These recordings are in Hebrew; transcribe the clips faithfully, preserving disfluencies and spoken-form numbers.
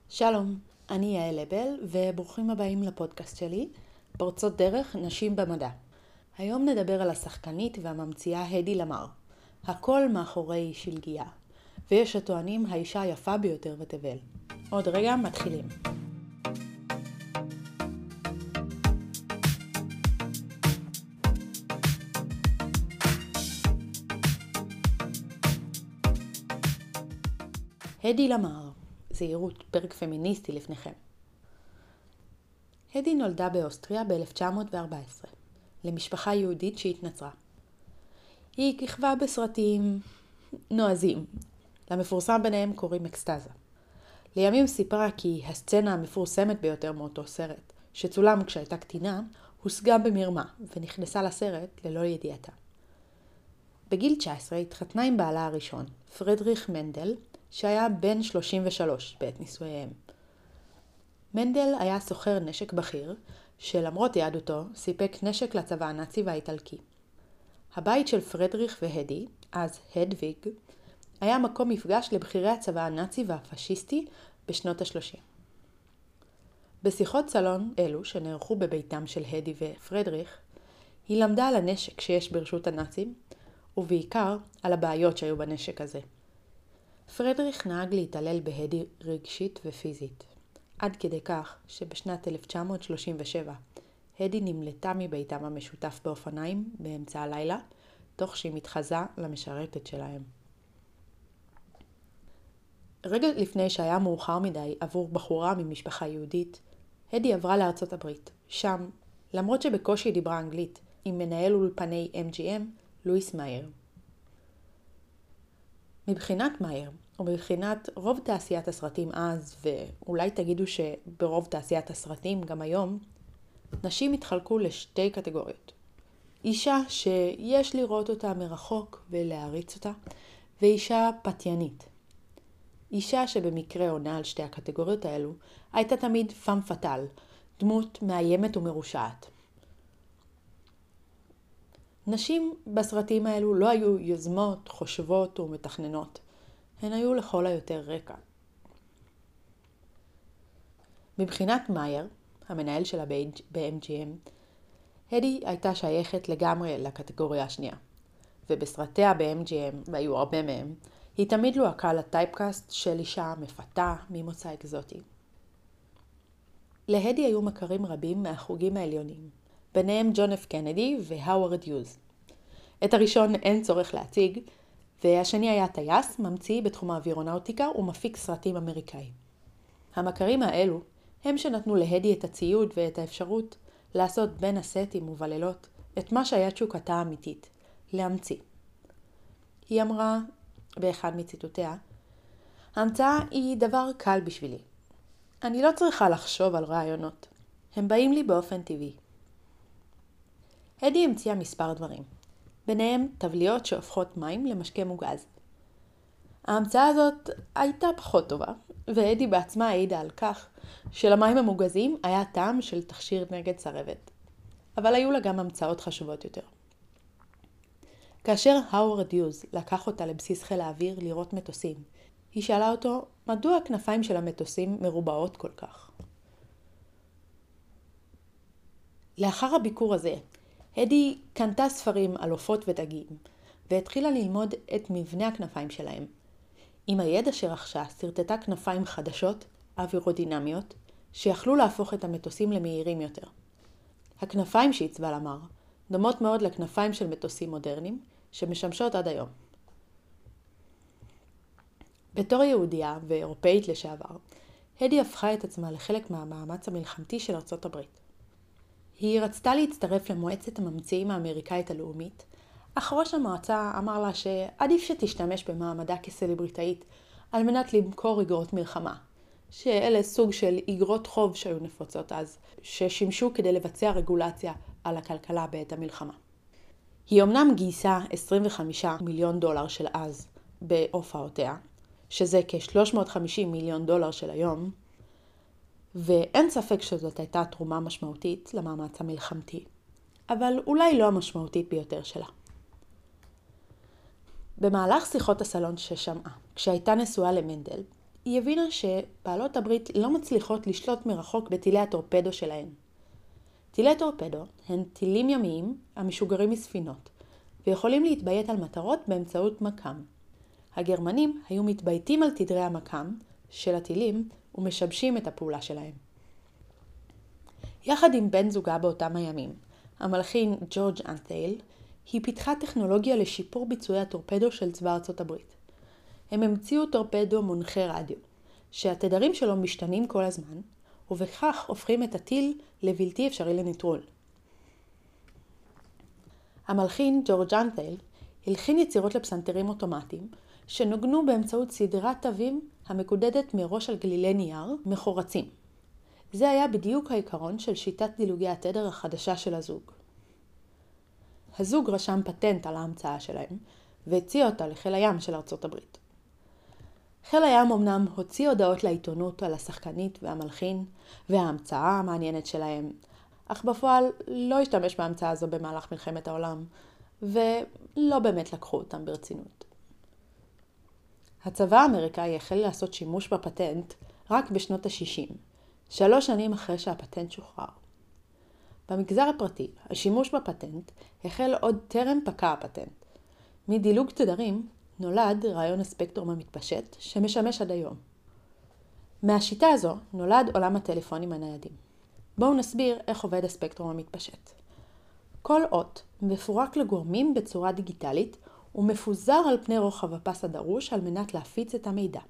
שלום, אני יעל לבל וברוכים הבאים לפודקאסט שלי, פורצות דרך נשים במדע. היום נדבר על השחקנית והממציאה הדי למר, הכל מאחורי שלגיה, ויש הטוענים האישה היפה ביותר בתבל. עוד רגע מתחילים. הדי למר, זהירות, פרק פמיניסטי לפניכם. הדי נולדה באוסטריה ב-אלף תשע מאות וארבע עשרה, למשפחה יהודית שהתנצרה. היא כיכבה בסרטים נועזים, למפורסם ביניהם קוראים אקסטזה. לימים סיפרה כי הסצנה המפורסמת ביותר מאותו סרט, שצולם כשהייתה קטינה, הושגה במרמה ונכנסה לסרט ללא ידיעתה. בגיל תשע עשרה התחתנה עם בעלה הראשון, פרדריך מנדל, שהיה בן שלושים ושלוש בעת נישואיהם. מנדל היה סוחר נשק בכיר, שלמרות יהדותו סיפק נשק לצבא הנאצי והאיטלקי. הבית של פרדריך והדי, אז הדוויג, היה מקום מפגש לבכירי הצבא הנאצי והפשיסטי בשנות ה-שלושים. בשיחות סלון אלו שנערכו בביתם של הדי ופרדריך, היא למדה על הנשק שיש ברשות הנאצים, ובעיקר על הבעיות שהיו בנשק הזה. פרדריך נהג להתעלל בהדי רגשית ופיזית, עד כדי כך שבשנת אלף תשע מאות שלושים ושבע הדי נמלטה מביתם המשותף באופניים באמצע הלילה, תוך שהיא מתחזה למשרתת שלהם. רגע לפני שהיה מאוחר מדי עבור בחורה ממשפחה יהודית, הדי עברה לארצות הברית. שם, למרות שבקושי דיברה אנגלית, עם מנהל אולפני אם ג'י אם, לואיס מאייר. מבחינת מאייר, ומבחינת רוב תעשיית הסרטים אז, ואולי תגידו שברוב תעשיית הסרטים גם היום, נשים התחלקו לשתי קטגוריות. אישה שיש לראות אותה מרחוק ולהריץ אותה, ואישה פתיינית. אישה שבמקרה עונה על שתי הקטגוריות האלו, הייתה תמיד פאם פטל, דמות מאיימת ומרושעת. נשים בסרטים האלו לא היו יוזמות, חושבות ומתכננות. הן היו לכל היותר רקע. מבחינת מאייר, המנהל שלה ב-אם ג'י אם, הדי הייתה שייכת לגמרי לקטגוריה השנייה. ובסרטיה ב-אם ג'י אם, והיו הרבה מהם, היא תמיד לוהקה לטייפקאסט של אישה מפתה ממוצא אקזוטי. להדי היו מכרים רבים מהחוגים העליונים, ביניהם ג'ון אף קנדי והאוורד יוז. את הראשון אין צורך להציג, והשני היה טייס, ממציא בתחום האווירונאוטיקה ומפיק סרטים אמריקאי. המכרים האלו הם שנתנו להדי את הציוד ואת האפשרות לעשות בין הסטים ובלילות את מה שהיה תשוקתה האמיתית, להמציא. היא אמרה באחד מציטוטיה, ההמצאה היא דבר קל בשבילי. אני לא צריכה לחשוב על רעיונות. הם באים לי באופן טבעי. הדי המציאה מספר דברים. ביניהם תבליות שהופכות מים למשקה מוגז. ההמצאה הזאת הייתה פחות טובה, והדי בעצמה העידה על כך שלמים המוגזים היה טעם של תכשיר נגד צרבת. אבל היו לה גם המצאות חשובות יותר. כאשר האוורד יוז לקח אותה לבסיס חיל האוויר לראות מטוסים, היא שאלה אותו מדוע הכנפיים של המטוסים מרובעות כל כך. לאחר הביקור הזה, הדי קנתה ספרים על עופות ודגים, והתחילה ללמוד את מבנה הכנפיים שלהם. עם הידע שרכשה, סרטטה כנפיים חדשות, אווירודינמיות, שיכלו להפוך את המטוסים למהירים יותר. הכנפיים שעיצבה למר, דומות מאוד לכנפיים של מטוסים מודרניים, שמשמשות עד היום. בתור יהודיה ואירופאית לשעבר, הדי הפכה את עצמה לחלק מהמאמץ המלחמתי של ארצות הברית. היא רצתה להצטרף למועצת הממציאים האמריקאית הלאומית, אך ראש המועצה אמר לה שעדיף שתשתמש במעמדה כסלבריטאית על מנת למכור איגרות מלחמה, שאלה סוג של איגרות חוב שהיו נפוצות אז, ששימשו כדי לבצע רגולציה על הכלכלה בעת המלחמה. היא אמנם גייסה עשרים וחמישה מיליון דולר של אז בהופעותיה, שזה כ-שלוש מאות וחמישים מיליון דולר של היום, ואין ספק שזאת הייתה תרומה משמעותית למאמץ המלחמתי, אבל אולי לא המשמעותית ביותר שלה. במהלך שיחות הסלון ששמעה, כשהייתה נשואה למנדל, היא הבינה שבעלות הברית לא מצליחות לשלוט מרחוק בטילי הטורפדו שלהן. טילי טורפדו הן טילים ימיים המשוגרים מספינות, ויכולים להתביית על מטרות באמצעות מקם. הגרמנים היו מתבייתים על תדרי המקם של הטילים ומשבשים את הפעולה שלהם. יחד עם בן זוגה באותם הימים, המלחין ג'ורג' אנת'ייל, היא פיתחה טכנולוגיה לשיפור ביצועי הטורפדו של צבא ארצות הברית. הם המציאו טורפדו מונחה רדיו, שהתדרים שלו משתנים כל הזמן, ובכך הופכים את הטיל לבלתי אפשרי לניטרול. המלחין ג'ורג' אנת'ייל הלחין יצירות לפסנתרים אוטומטיים, שנוגנו באמצעות סדרת תווים המקודדת מראש על גלילי נייר מחורצים. זה היה בדיוק העיקרון של שיטת דילוגי התדר החדשה של הזוג. הזוג רשם פטנט על ההמצאה שלהם, והציע אותה לחיל הים של ארצות הברית. חיל הים אמנם הוציא הודעות לעיתונות על השחקנית והמלחין וההמצאה המעניינת שלהם, אך בפועל לא השתמש בהמצאה הזו במהלך מלחמת העולם, ולא באמת לקחו אותם ברצינות. הצבא האמריקאי החל לעשות שימוש בפטנט רק בשנות ה-שישים, שלוש שנים אחרי שהפטנט שוחרר. במגזר הפרטי, השימוש בפטנט החל עוד טרם פקע הפטנט. מדילוג תדרים נולד רעיון הספקטרום המתפשט שמשמש עד היום. מהשיטה הזו נולד עולם הטלפונים הניידים. בואו נסביר איך עובד הספקטרום המתפשט. כל אות מפורק לגורמים בצורה דיגיטלית ומפוזר על פני רוחב הפס הדרוש על מנת להפיץ את המידע.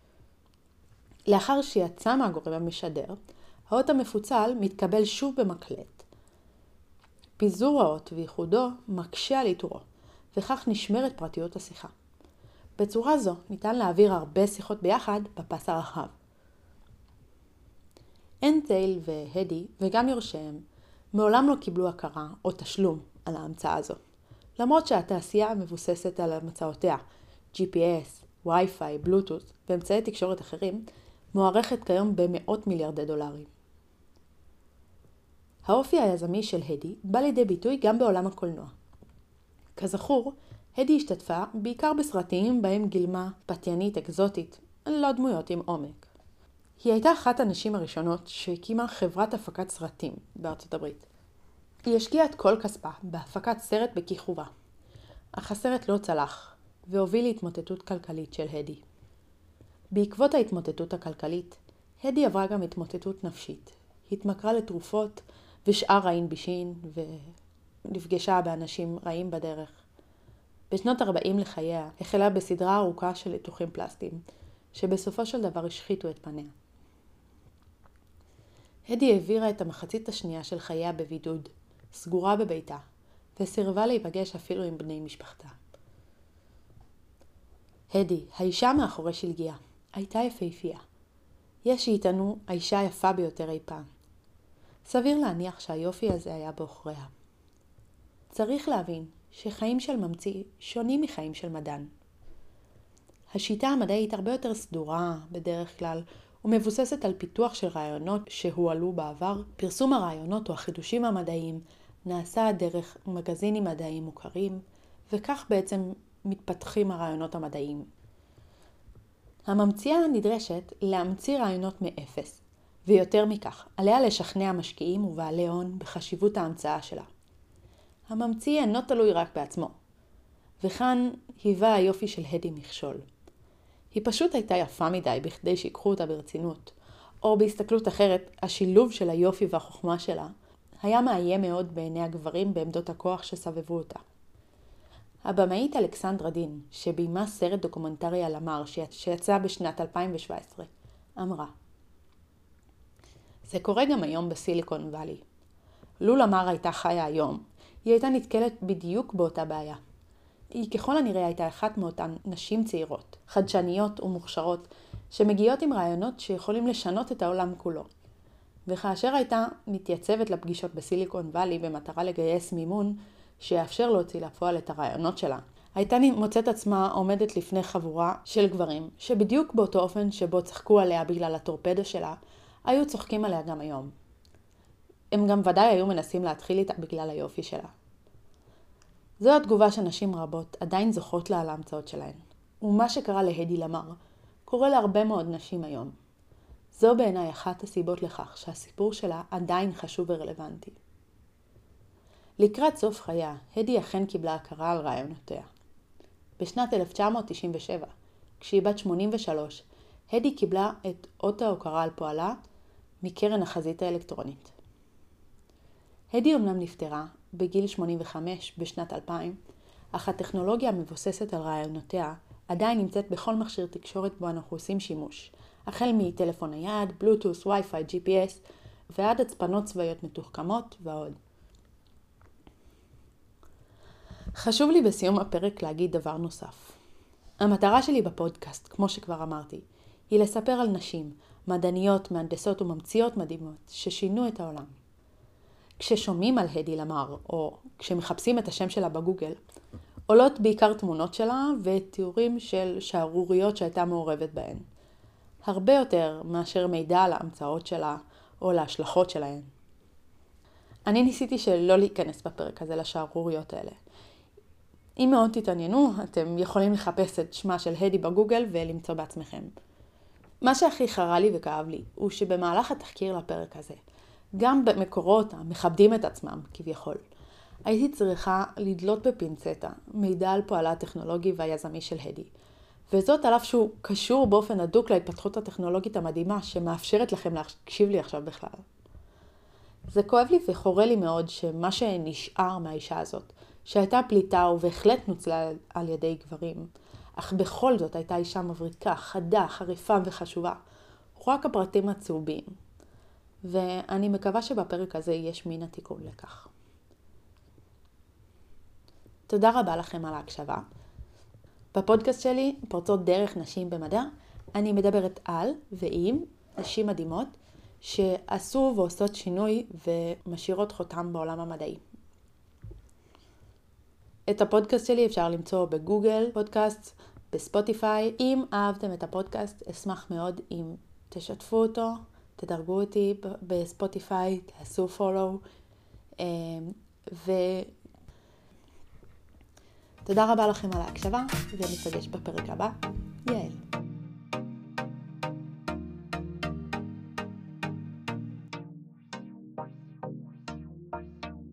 לאחר שיצא מהגורם המשדר, האות המפוצל מתקבל שוב במקלט. פיזור האות וייחודו מקשה על איתורו, וכך נשמרת פרטיות השיחה. בצורה זו ניתן להעביר הרבה שיחות ביחד בפס הרחב. אנת'ייל והדי וגם יורשיהם מעולם לא קיבלו הכרה או תשלום על ההמצאה הזו. למרות שהתעשייה מבוססת על המצאותיה, ג'י פי אס, וי-פיי, בלוטות' ואמצעי תקשורת אחרים, מוערכת כיום במאות מיליארדי דולרים. האופי היזמי של הדי בא לידי ביטוי גם בעולם הקולנוע. כזכור, הדי השתתפה בעיקר בסרטים בהם גילמה פתיינית אקזוטית, לא דמויות עם עומק. היא הייתה אחת הנשים הראשונות שהקימה חברת הפקת סרטים בארצות הברית. היא השקיעה את כל כספה בהפקת סרט בכיכובה, אך הסרט לא צלח והוביל להתמוטטות כלכלית של הדי. בעקבות ההתמוטטות הכלכלית, הדי עברה גם התמוטטות נפשית. התמכרה לתרופות ושאר רעים בישין ונפגשה באנשים רעים בדרך. בשנות ארבעים לחייה החלה בסדרה ארוכה של ניתוחים פלסטיים, שבסופו של דבר השחיתו את פניה. הדי העבירה את המחצית השנייה של חייה בבידוד, סגורה בביתה, וסירבה להיפגש אפילו עם בני משפחתה. הדי, האישה מאחורי שלגיה, הייתה יפהפייה. יש שיטענו האישה היפה ביותר אי פעם. סביר להניח שהיופי הזה היה בעוכריה. צריך להבין שחיים של ממציא שונים מחיים של מדען. השיטה המדעית הרבה יותר סדורה בדרך כלל ומבוססת על פיתוח של רעיונות שהועלו בעבר. פרסום הרעיונות או החידושים המדעיים נעשה דרך מגזינים מדעיים מוכרים, וכך בעצם מתפתחים הרעיונות המדעיים. הממציאה נדרשת להמציא רעיונות מאפס, ויותר מכך, עליה לשכנע משקיעים ובעלי הון בחשיבות ההמצאה שלה. הממציא אינו תלוי רק בעצמו, וכאן היווה היופי של הדי מכשול. היא פשוט הייתה יפה מדי בכדי שיקחו אותה ברצינות, או בהסתכלות אחרת, השילוב של היופי והחוכמה שלה היה מאיים מאוד בעיני הגברים בעמדות הכוח שסבבו אותה. הבמאית אלכסנדרה דין, שביימה סרט דוקומנטרי על למר שיצא בשנת אלפיים שבע עשרה, אמרה: זה קורה גם היום בסיליקון ואלי. לו למר הייתה חיה היום, היא הייתה נתקלת בדיוק באותה בעיה. היא ככל הנראה הייתה אחת מאותן נשים צעירות, חדשניות ומוכשרות, שמגיעות עם רעיונות שיכולים לשנות את העולם כולו. וכאשר הייתה מתייצבת לפגישות בסיליקון ואלי במטרה לגייס מימון שיאפשר להוציא לפועל את הרעיונות שלה, הייתה מוצאת עצמה עומדת לפני חבורה של גברים, שבדיוק באותו אופן שבו צחקו עליה בגלל הטורפדו שלה, היו צוחקים עליה גם היום. הם גם ודאי היו מנסים להתחיל איתה בגלל היופי שלה. זו התגובה שנשים רבות עדיין זוכות לה על ההמצאות שלהן. ומה שקרה להדי למר קורה להרבה מאוד נשים היום. זו בעיניי אחת הסיבות לכך שהסיפור שלה עדיין חשוב ורלוונטי. לקראת סוף חייה, הדי אכן קיבלה הכרה על רעיונותיה. בשנת אלף תשע מאות תשעים ושבע, כשהיא בת שמונים ושלוש, הדי קיבלה את אות ההוקרה על פועלה מקרן החזית האלקטרונית. הדי אומנם נפטרה בגיל שמונים וחמש בשנת אלפיים, אך הטכנולוגיה המבוססת על רעיונותיה עדיין נמצאת בכל מכשיר תקשורת בו אנחנו עושים שימוש, החל מטלפון נייד, בלוטוס, וי-פיי, ג'י פי אס ועד הצפנות צבאיות מתוחכמות ועוד. חשוב לי בסיום הפרק להגיד דבר נוסף. המטרה שלי בפודקאסט, כמו שכבר אמרתי, היא לספר על נשים, מדעניות, מהנדסות וממציאות מדהימות ששינו את העולם. כששומעים על הדי למר, או כשמחפשים את השם שלה בגוגל, עולות בעיקר תמונות שלה ותיאורים של שערוריות שהייתה מעורבת בהן. הרבה יותר מאשר מידע על ההמצאות שלה או להשלכות שלהן. אני ניסיתי שלא להיכנס בפרק הזה לשערוריות האלה. אם מאוד תתעניינו, אתם יכולים לחפש את שמה של הדי בגוגל ולמצוא בעצמכם. מה שהכי חרה לי וכאב לי, הוא שבמהלך התחקיר לפרק הזה, גם במקורות המכבדים את עצמם כביכול, הייתי צריכה לדלות בפינצטה מידע על פועלה הטכנולוגי והיזמי של הדי. וזאת על אף שהוא קשור באופן הדוק להתפתחות הטכנולוגית המדהימה שמאפשרת לכם להקשיב לי עכשיו בכלל. זה כואב לי וחורה לי מאוד שמה שנשאר מהאישה הזאת, שהייתה פליטה ובהחלט נוצלה על ידי גברים, אך בכל זאת הייתה אישה מבריקה, חדה, חריפה וחשובה, רק הפרטים הצהובים. ואני מקווה שבפרק הזה יש מן התיקון לכך. תודה רבה לכם על ההקשבה. בפודקאסט שלי, פורצות דרך נשים במדע, אני מדברת על ועם נשים מדהימות שעשו ועושות שינוי ומשאירות חותם בעולם המדעי. את הפודקאסט שלי אפשר למצוא בגוגל פודקאסט, בספוטיפיי. אם אהבתם את הפודקאסט, אשמח מאוד אם תשתפו אותו, תדרגו אותי בספוטיפיי, תעשו פולו, ו... תודה רבה לכם על ההקשבה, ונפגש בפרק הבא.